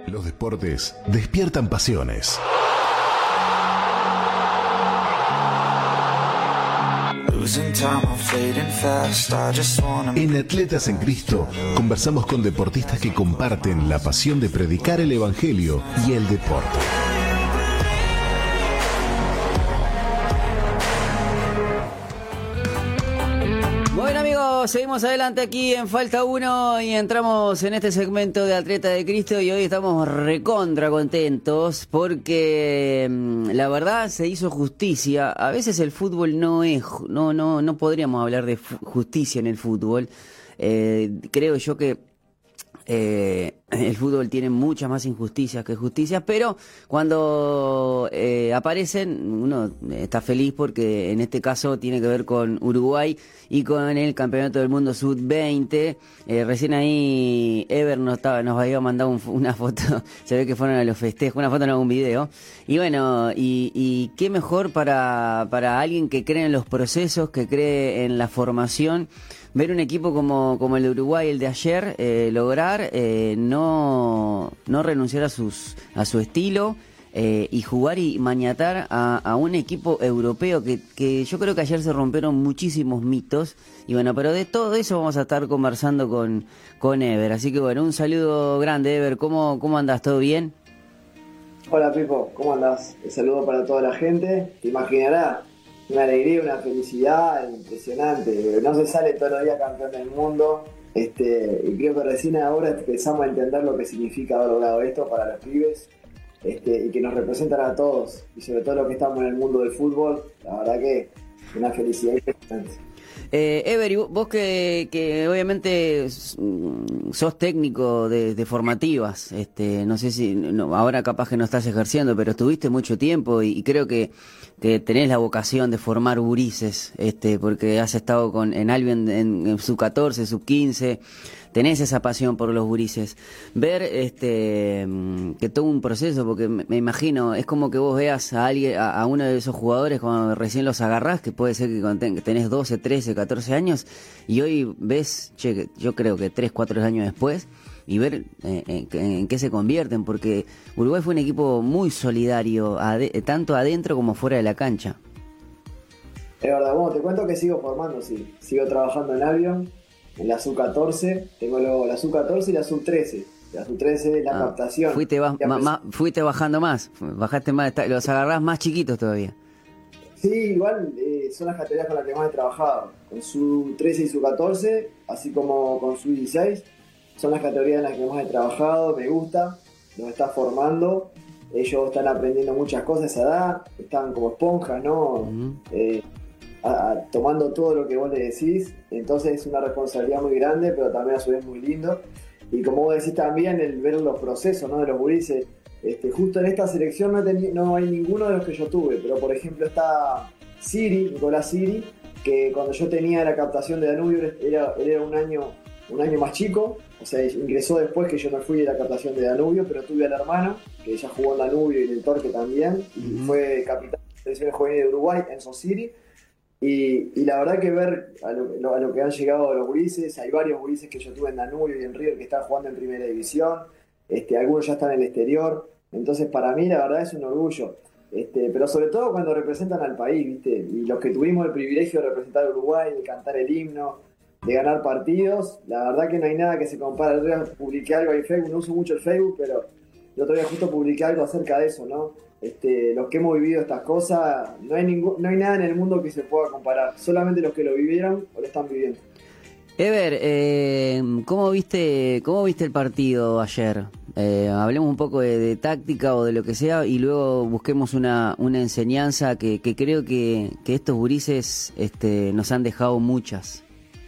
Los deportes despiertan pasiones. En Atletas en Cristo conversamos con deportistas que comparten la pasión de predicar el evangelio y el deporte. Bueno amigos, seguimos adelante aquí en Falta 1 y entramos en este segmento de Atletas de Cristo y hoy estamos recontra contentos porque la verdad se hizo justicia. A veces el fútbol no podríamos hablar de justicia en el fútbol. Creo yo que el fútbol tiene muchas más injusticias que justicias, pero cuando aparecen uno está feliz porque en este caso tiene que ver con Uruguay y con el Campeonato del Mundo Sub-20. Recién ahí Ever nos había mandado una foto, se ve que fueron a los festejos, una foto, no, un video. Y bueno, y qué mejor para alguien que cree en los procesos, que cree en la formación, ver un equipo como el de Uruguay, el de ayer, lograr no renunciar a su estilo y jugar y maniatar a un equipo europeo que yo creo que ayer se rompieron muchísimos mitos. Y bueno, pero de todo eso vamos a estar conversando con Ever. Así que bueno, un saludo grande, Ever. ¿Cómo andás? ¿Todo bien? Hola Pipo, ¿cómo andás? Un saludo para toda la gente. Te imaginarás, una alegría, una felicidad impresionante. No se sale todos los días campeón del mundo. Y creo que recién ahora empezamos a entender lo que significa haber logrado esto para los pibes, y que nos representan a todos, y sobre todo los que estamos en el mundo del fútbol. La verdad que una felicidad impresionante. Ever, vos que obviamente sos técnico de formativas, no sé si ahora capaz que no estás ejerciendo, pero estuviste mucho tiempo y creo que tenés la vocación de formar gurises, porque has estado en Albion en sub-14, sub-15, tenés esa pasión por los gurises. Ver que todo un proceso, porque me imagino, es como que vos veas a alguien, a uno de esos jugadores cuando recién los agarrás, que puede ser que tenés 12, 13, 14 años, y hoy ves, yo creo que 3, 4 años después, y ver en qué se convierten, porque Uruguay fue un equipo muy solidario, tanto adentro como fuera de la cancha. Es verdad, bueno, te cuento que sigo formando, sí. Sigo trabajando en Albion, en la sub-14, tengo la sub-14 y la sub-13. La sub-13 es la captación. Fuiste bajando más, bajaste más, los agarrás más chiquitos todavía. Sí, igual son las categorías con las que más he trabajado, con sub-13 y sub-14, así como con sub-16. Son las categorías en las que más he trabajado, me gusta, nos está formando. Ellos están aprendiendo muchas cosas a esa edad, están como esponjas, ¿no? Tomando todo lo que vos le decís. Entonces es una responsabilidad muy grande, pero también a su vez muy lindo. Y como vos decís también, el ver los procesos, ¿no?, de los gurises. Justo en esta selección no hay ninguno de los que yo tuve, pero por ejemplo está Nicolás Siri, que cuando yo tenía la captación de Danubio, él era un año más chico. O sea, ingresó después que yo me fui de la captación de Danubio, pero tuve al hermano, que ya jugó en Danubio y en el Torque también, y fue capitán de la selección juvenil de Uruguay, Enzo Siri. Y la verdad que ver a lo que han llegado los gurises, hay varios gurises que yo tuve en Danubio y en River que están jugando en primera división, algunos ya están en el exterior, entonces para mí la verdad es un orgullo. Pero sobre todo cuando representan al país, ¿viste? Y los que tuvimos el privilegio de representar a Uruguay, de cantar el himno, de ganar partidos, la verdad que no hay nada que se compare. El otro día publiqué algo en Facebook, no uso mucho el Facebook, pero el otro día justo publiqué algo acerca de eso, ¿no? Los que hemos vivido estas cosas, no hay nada en el mundo que se pueda comparar, solamente los que lo vivieron o lo están viviendo. Ever, ¿cómo viste el partido ayer? Hablemos un poco de táctica o de lo que sea y luego busquemos una enseñanza que creo que estos gurises nos han dejado muchas.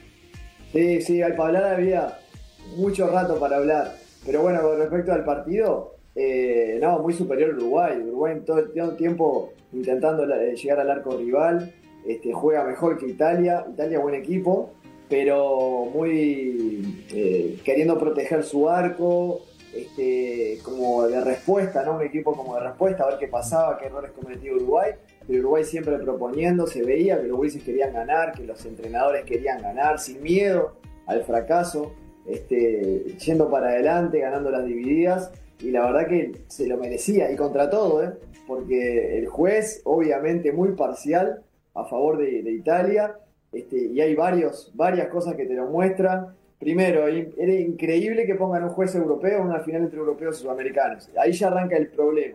Sí, para hablar había mucho rato para hablar, pero bueno, con respecto al partido, muy superior Uruguay. Uruguay todo el tiempo intentando llegar al arco rival, juega mejor que Italia, buen equipo, pero muy queriendo proteger su arco, como de respuesta, ¿no? Un equipo como de respuesta, a ver qué pasaba, qué errores cometía Uruguay. Pero Uruguay siempre proponiendo, se veía que los gurises querían ganar, que los entrenadores querían ganar, sin miedo al fracaso, yendo para adelante, ganando las divididas. y la verdad que se lo merecía, y contra todo, porque el juez, obviamente muy parcial, a favor de Italia, y hay varias cosas que te lo muestran. Primero, era increíble que pongan un juez europeo en una final entre europeos y sudamericanos. Ahí ya arranca el problema.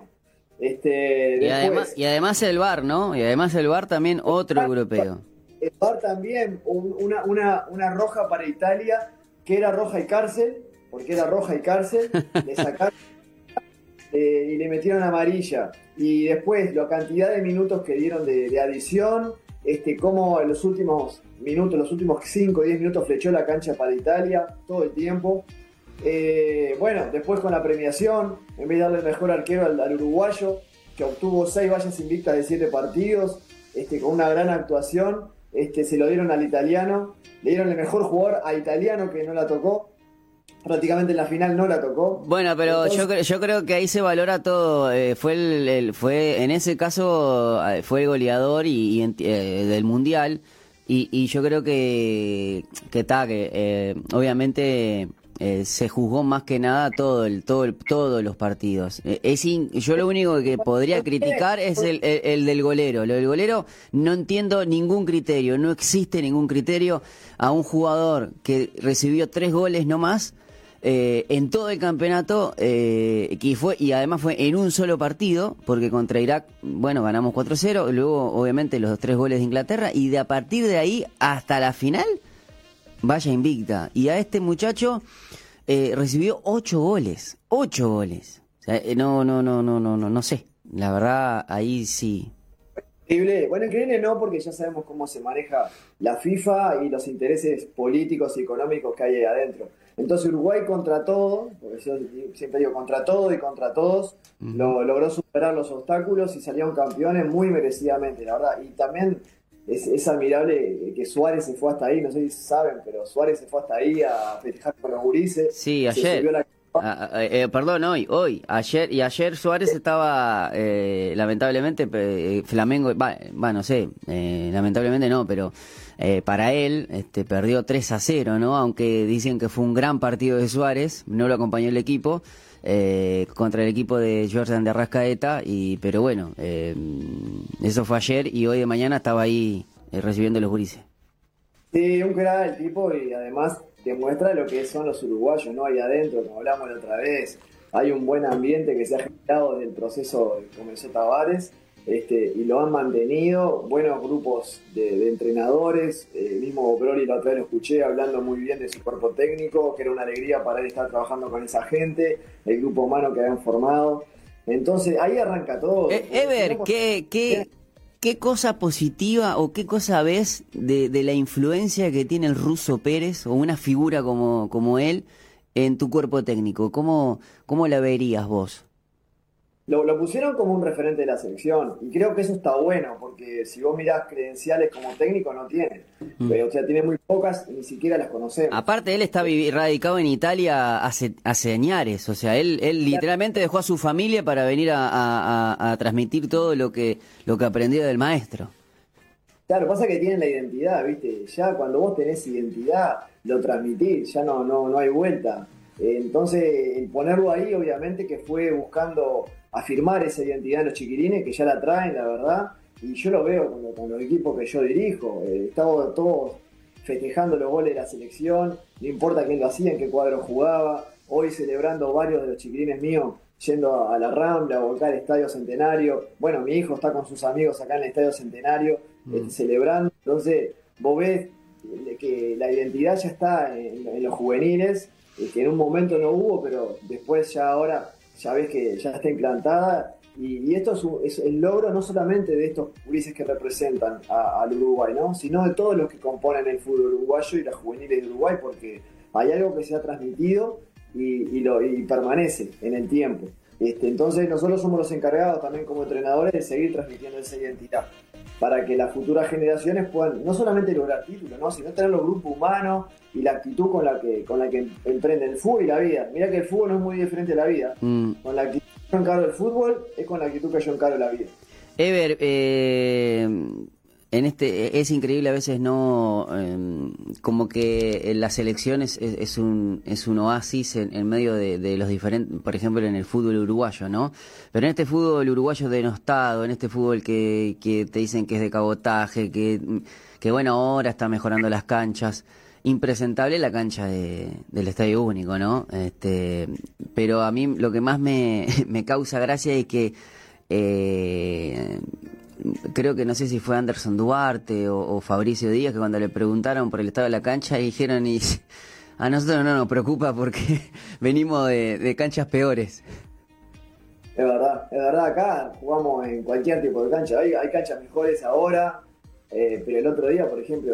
Y además el VAR, ¿no? Y además el VAR también otro europeo. El VAR también, una roja para Italia, que era roja y cárcel, porque era roja y cárcel, le sacaron y le metieron amarilla. Y después, la cantidad de minutos que dieron de adición, como en los últimos 5 o 10 minutos flechó la cancha para Italia, todo el tiempo. Bueno, después con la premiación, en vez de darle el mejor arquero al uruguayo, que obtuvo 6 vallas invictas de 7 partidos, con una gran actuación, se lo dieron al italiano, le dieron el mejor jugador a italiano, que no la tocó, prácticamente en la final no la tocó. Bueno, pero entonces, yo creo que ahí se valora todo. Fue en ese caso fue el goleador del mundial, y yo creo que obviamente se juzgó más que nada todos los partidos. Yo lo único que podría criticar es el del golero. Lo del golero no entiendo ningún criterio, no existe ningún criterio a un jugador que recibió 3 goles no más en todo el campeonato, y además fue en un solo partido, porque contra Irak, bueno, ganamos 4-0, luego obviamente los 3 goles de Inglaterra, y a partir de ahí hasta la final vaya invicta. Y a este muchacho recibió 8 goles. 8 goles. O sea, no sé. La verdad, ahí sí. Increíble. Bueno, increíble no, porque ya sabemos cómo se maneja la FIFA y los intereses políticos y económicos que hay ahí adentro. Entonces Uruguay contra todo, porque yo siempre digo contra todo y contra todos, logró superar los obstáculos y salieron campeones muy merecidamente, la verdad. Y también es admirable que Suárez se fue hasta ahí, no sé si saben, pero Suárez se fue hasta ahí a festejar con los gurises. Sí, ayer. Hoy. Ayer Suárez estaba, lamentablemente, Flamengo, no sé, lamentablemente no, pero para él perdió 3-0, ¿no? Aunque dicen que fue un gran partido de Suárez, no lo acompañó el equipo, contra el equipo de Jordan de Arrascaeta, pero bueno, eso fue ayer, y hoy de mañana estaba ahí recibiendo los gurises. Sí, un crack el tipo, y además demuestra lo que son los uruguayos, ¿no? Ahí adentro, como hablamos la otra vez, hay un buen ambiente que se ha generado desde el proceso que comenzó Tavares, y lo han mantenido, buenos grupos de entrenadores, mismo Broly la otra vez lo escuché hablando muy bien de su cuerpo técnico, que era una alegría para él estar trabajando con esa gente, el grupo humano que habían formado. Entonces ahí arranca todo. Ever, ¿qué cosa positiva o qué cosa ves de la influencia que tiene el Ruso Pérez, o una figura como él, en tu cuerpo técnico? ¿Cómo la verías vos? Lo pusieron como un referente de la selección, y creo que eso está bueno, porque si vos mirás credenciales como técnico no tiene, o sea, tiene muy pocas y ni siquiera las conocemos. Aparte, él está radicado en Italia hace años, o sea, él literalmente dejó a su familia para venir a transmitir todo lo que aprendió del maestro. Claro, pasa que tienen la identidad, ¿viste? Ya cuando vos tenés identidad, lo transmitís, ya no hay vuelta. Entonces, el ponerlo ahí, obviamente que fue buscando afirmar esa identidad en los chiquilines, que ya la traen, la verdad, y yo lo veo con los equipos que yo dirijo. Estamos todos festejando los goles de la selección, no importa quién lo hacía, en qué cuadro jugaba. Hoy celebrando varios de los chiquilines míos, yendo a la Rambla o acá al Estadio Centenario. Bueno, mi hijo está con sus amigos acá en el Estadio Centenario, celebrando. Entonces, vos ves que la identidad ya está en los juveniles, que en un momento no hubo, pero después ya ahora ya ves que ya está implantada, y esto es el logro no solamente de estos gurises que representan al Uruguay, ¿no? Sino de todos los que componen el fútbol uruguayo y las juveniles de Uruguay, porque hay algo que se ha transmitido y permanece en el tiempo. Entonces nosotros somos los encargados también como entrenadores de seguir transmitiendo esa identidad, para que las futuras generaciones puedan no solamente lograr títulos, ¿no? Sino tener los grupos humanos y la actitud con la que emprenden el fútbol y la vida. Mirá que el fútbol no es muy diferente a la vida. Con la actitud que yo encaro el fútbol es con la actitud que yo encaro la vida. Ever, es increíble a veces, no como que la selección es un oasis en medio de los diferentes, por ejemplo en el fútbol uruguayo, ¿no? Pero en este fútbol uruguayo denostado, en este fútbol que te dicen que es de cabotaje, que bueno, ahora está mejorando las canchas, impresentable la cancha del Estadio Único, ¿no? Pero a mí lo que más me causa gracia es que creo que no sé si fue Anderson Duarte o Fabricio Díaz, que cuando le preguntaron por el estado de la cancha dijeron, y a nosotros no nos preocupa porque venimos de canchas peores. Es verdad, acá jugamos en cualquier tipo de cancha, hay canchas mejores ahora, pero el otro día, por ejemplo,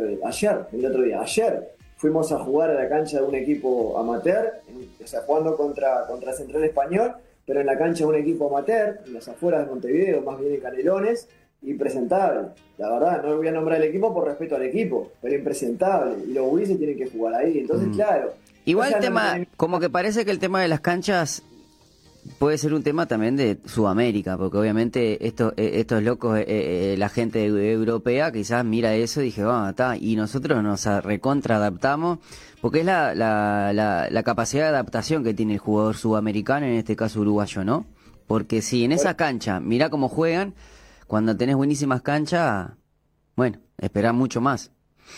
ayer fuimos a jugar a la cancha de un equipo amateur, o sea, jugando contra Central Español, pero en la cancha de un equipo amateur, en las afueras de Montevideo, más bien en Canelones, impresentable. La verdad, no voy a nombrar el equipo por respeto al equipo, pero impresentable. Y los gurises tienen que jugar ahí. Entonces, claro. Igual el tema, como que parece que el tema de las canchas puede ser un tema también de Sudamérica, porque obviamente estos locos, la gente europea quizás mira eso y dije, está, y nosotros nos recontra adaptamos, porque es la capacidad de adaptación que tiene el jugador sudamericano, en este caso uruguayo, ¿no? Porque si en esa cancha, mirá cómo juegan, cuando tenés buenísimas canchas, bueno, esperá mucho más.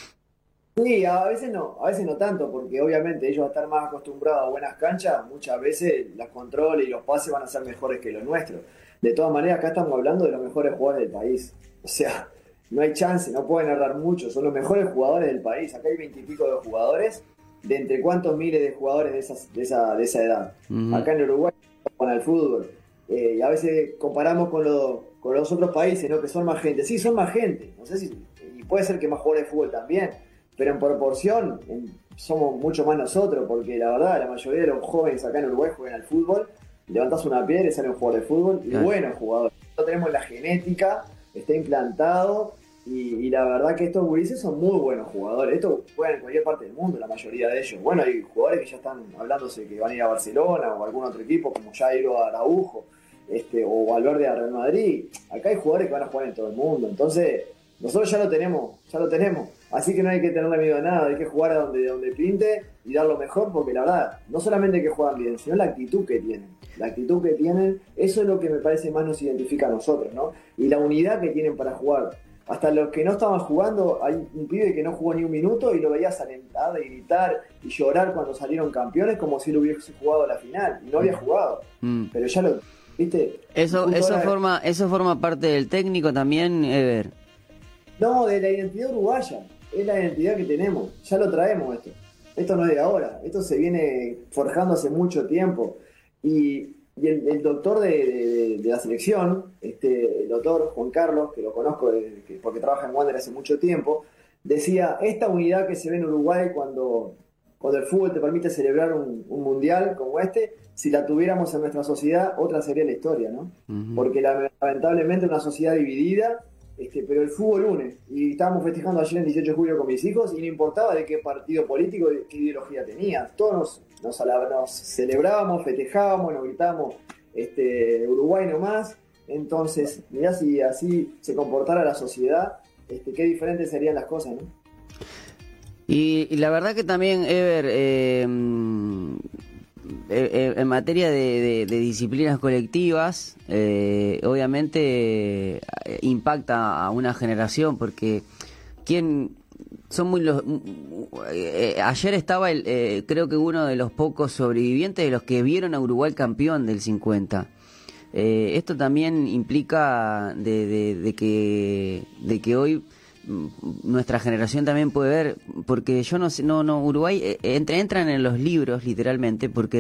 Sí, a veces no tanto, porque obviamente ellos a estar más acostumbrados a buenas canchas, muchas veces las controles y los pases van a ser mejores que los nuestros. De todas maneras, acá estamos hablando de los mejores jugadores del país. O sea, no hay chance, no pueden errar mucho, son los mejores jugadores del país. Acá hay 20 y pico de jugadores, de entre cuántos miles de jugadores de esa edad. Uh-huh. Acá en Uruguay con el fútbol. Y a veces comparamos con los otros países, ¿no? Que son más gente. Sí, son más gente. No sé si, y puede ser que más jugadores de fútbol también. Pero en proporción somos mucho más nosotros, porque la verdad la mayoría de los jóvenes acá en Uruguay juegan al fútbol, levantás una piedra y sale un jugador de fútbol, y buenos jugadores. Nosotros tenemos la genética, está implantado, y la verdad que estos gurises son muy buenos jugadores. Estos juegan en cualquier parte del mundo, la mayoría de ellos. Bueno, hay jugadores que ya están hablándose que van a ir a Barcelona o a algún otro equipo, como Jairo Araujo, o Valverde a Real Madrid. Acá hay jugadores que van a jugar en todo el mundo, entonces nosotros ya lo tenemos. Así que no hay que tenerle miedo a nada, hay que jugar a donde pinte y dar lo mejor, porque la verdad, no solamente que juegan bien, sino la actitud que tienen. La actitud que tienen, eso es lo que me parece más nos identifica a nosotros, ¿no? Y la unidad que tienen para jugar. Hasta los que no estaban jugando, hay un pibe que no jugó ni un minuto y lo veías alentar y gritar y llorar cuando salieron campeones como si él hubiese jugado la final, y no había jugado. Pero ya lo, ¿viste? Eso forma parte del técnico también, Ever. No, de la identidad uruguaya. Es la identidad que tenemos, ya lo traemos esto no es de ahora, esto se viene forjando hace mucho tiempo, y el doctor de la selección, el doctor Juan Carlos, que lo conozco porque trabaja en Wander hace mucho tiempo, decía, esta unidad que se ve en Uruguay cuando el fútbol te permite celebrar un mundial como si la tuviéramos en nuestra sociedad, otra sería la historia, ¿no? Uh-huh. Porque lamentablemente una sociedad dividida, pero el fútbol une, y estábamos festejando ayer el 18 de julio con mis hijos y no importaba de qué partido político, qué ideología tenía, todos nos celebrábamos, festejábamos, nos gritábamos Uruguay nomás. Entonces mirá, si así se comportara la sociedad, qué diferentes serían las cosas, ¿no? Y la verdad que también, Ever, en materia de disciplinas colectivas, obviamente impacta a una generación, porque ayer estaba creo que uno de los pocos sobrevivientes de los que vieron a Uruguay campeón del 50. Esto también implica de que hoy nuestra generación también puede ver, porque yo no sé, Uruguay entran en los libros literalmente, porque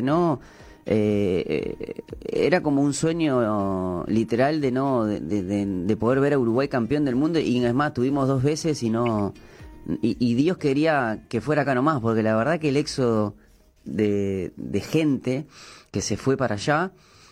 era como un sueño literal de poder ver a Uruguay campeón del mundo, y es más, tuvimos 2 veces y Dios quería que fuera acá nomás, porque la verdad que el éxodo de gente que se fue para allá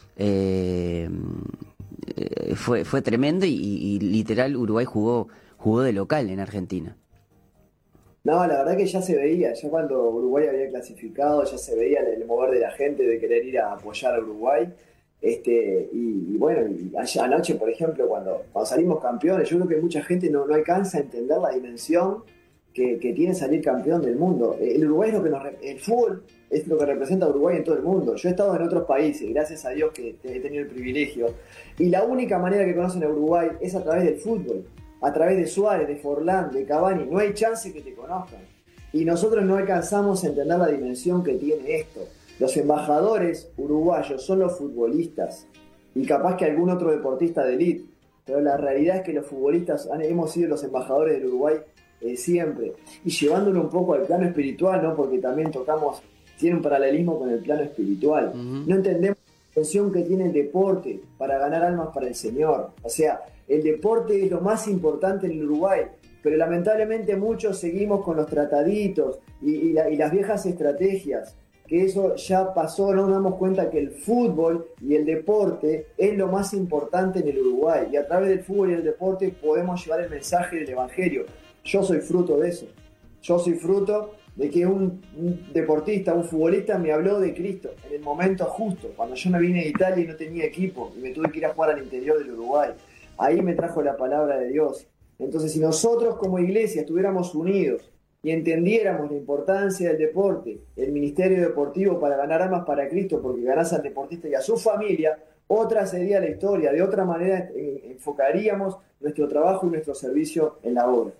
fue tremendo, y literal Uruguay jugó de local en Argentina. No, la verdad que ya se veía, ya cuando Uruguay había clasificado, ya se veía el mover de la gente de querer ir a apoyar a Uruguay, Y bueno, y anoche, por ejemplo, cuando salimos campeones, yo creo que mucha gente no alcanza a entender la dimensión que tiene salir campeón del mundo. El Uruguay es el fútbol es lo que representa a Uruguay en todo el mundo. Yo he estado en otros países, gracias a Dios que he tenido el privilegio, y la única manera que conocen a Uruguay es a través del fútbol, a través de Suárez, de Forlán, de Cavani. No hay chance que te conozcan, y nosotros no alcanzamos a entender la dimensión que tiene esto. Los embajadores uruguayos son los futbolistas, y capaz que algún otro deportista de élite, pero la realidad es que los futbolistas hemos sido los embajadores del Uruguay siempre, y llevándolo un poco al plano espiritual, ¿no? Porque también tiene un paralelismo con el plano espiritual. No entendemos la intención que tiene el deporte para ganar almas para el Señor. O sea, el deporte es lo más importante en el Uruguay, pero lamentablemente muchos seguimos con los trataditos y las viejas estrategias, que eso ya pasó. No nos damos cuenta que el fútbol y el deporte es lo más importante en el Uruguay, y a través del fútbol y el deporte podemos llevar el mensaje del Evangelio. Yo soy fruto de eso. Yo soy fruto de que un deportista, un futbolista me habló de Cristo en el momento justo, cuando yo me vine de Italia y no tenía equipo y me tuve que ir a jugar al interior del Uruguay. Ahí me trajo la palabra de Dios. Entonces, si nosotros como iglesia estuviéramos unidos y entendiéramos la importancia del deporte, el ministerio deportivo para ganar almas para Cristo, porque ganás al deportista y a su familia, otra sería la historia. De otra manera enfocaríamos nuestro trabajo y nuestro servicio en la obra.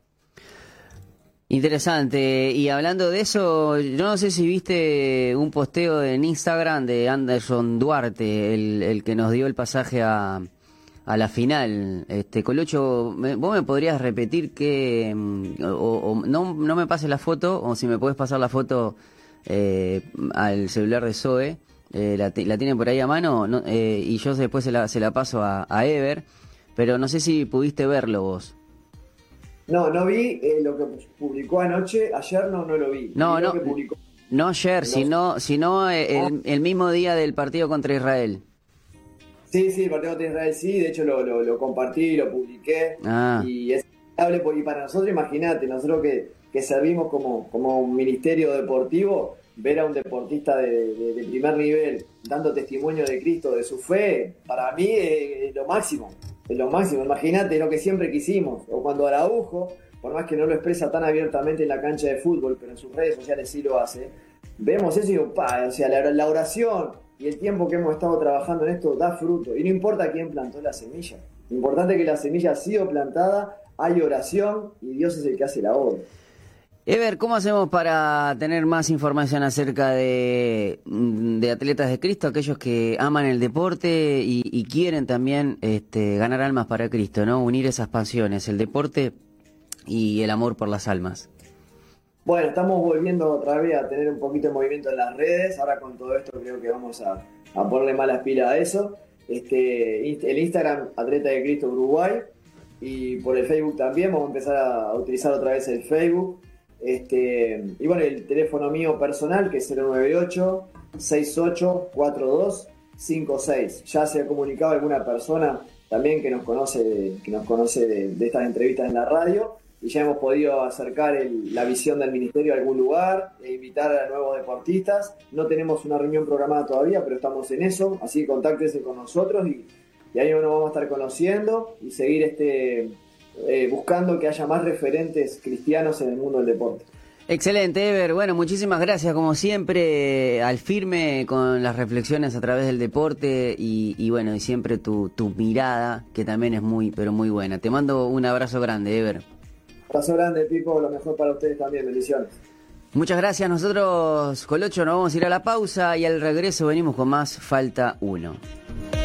Interesante. Y hablando de eso, yo no sé si viste un posteo en Instagram de Anderson Duarte, el que nos dio el pasaje a la final. Colocho, ¿vos me podrías repetir que no me pases la foto, o si me podés pasar la foto al celular de Zoe, la tienen por ahí a mano, no, y yo después se la paso a Ever, pero no sé si pudiste verlo vos. No vi lo que publicó anoche. Ayer no lo vi. No ayer, No. sino el mismo día del partido contra Israel. Sí, el partido contra Israel sí. De hecho lo compartí, lo publiqué. Y es inevitable, y para nosotros, imagínate, nosotros que servimos como un ministerio deportivo, ver a un deportista de primer nivel dando testimonio de Cristo, de su fe, para mí es lo máximo. Es lo máximo, imagínate lo que siempre quisimos. O cuando Araujo, por más que no lo expresa tan abiertamente en la cancha de fútbol, pero en sus redes sociales sí lo hace, vemos eso y digo, o sea, la oración y el tiempo que hemos estado trabajando en esto da fruto. Y no importa quién plantó la semilla. Lo importante es que la semilla ha sido plantada, hay oración y Dios es el que hace la obra. Ever, ¿cómo hacemos para tener más información acerca de Atletas de Cristo, aquellos que aman el deporte y quieren también ganar almas para Cristo, ¿no? Unir esas pasiones, el deporte y el amor por las almas. Bueno, estamos volviendo otra vez a tener un poquito de movimiento en las redes. Ahora con todo esto creo que vamos a ponerle más las pilas a eso. El Instagram, Atleta de Cristo Uruguay, y por el Facebook también. Vamos a empezar a utilizar otra vez el Facebook. Y bueno, el teléfono mío personal, que es 098-6842-56. Ya se ha comunicado alguna persona también que nos conoce de estas entrevistas en la radio, y ya hemos podido acercar la visión del ministerio a algún lugar e invitar a nuevos deportistas. No tenemos una reunión programada todavía, pero estamos en eso, así que contáctese con nosotros y ahí nos vamos a estar conociendo y seguir buscando que haya más referentes cristianos en el mundo del deporte. Excelente, Ever. Bueno, muchísimas gracias, como siempre, al firme con las reflexiones a través del deporte y bueno, y siempre tu mirada, que también es muy, pero muy buena. Te mando un abrazo grande, Ever. Abrazo grande, Pipo, lo mejor para ustedes también, bendiciones. Muchas gracias. Nosotros, Colocho, nos vamos a ir a la pausa y al regreso venimos con más Falta 1.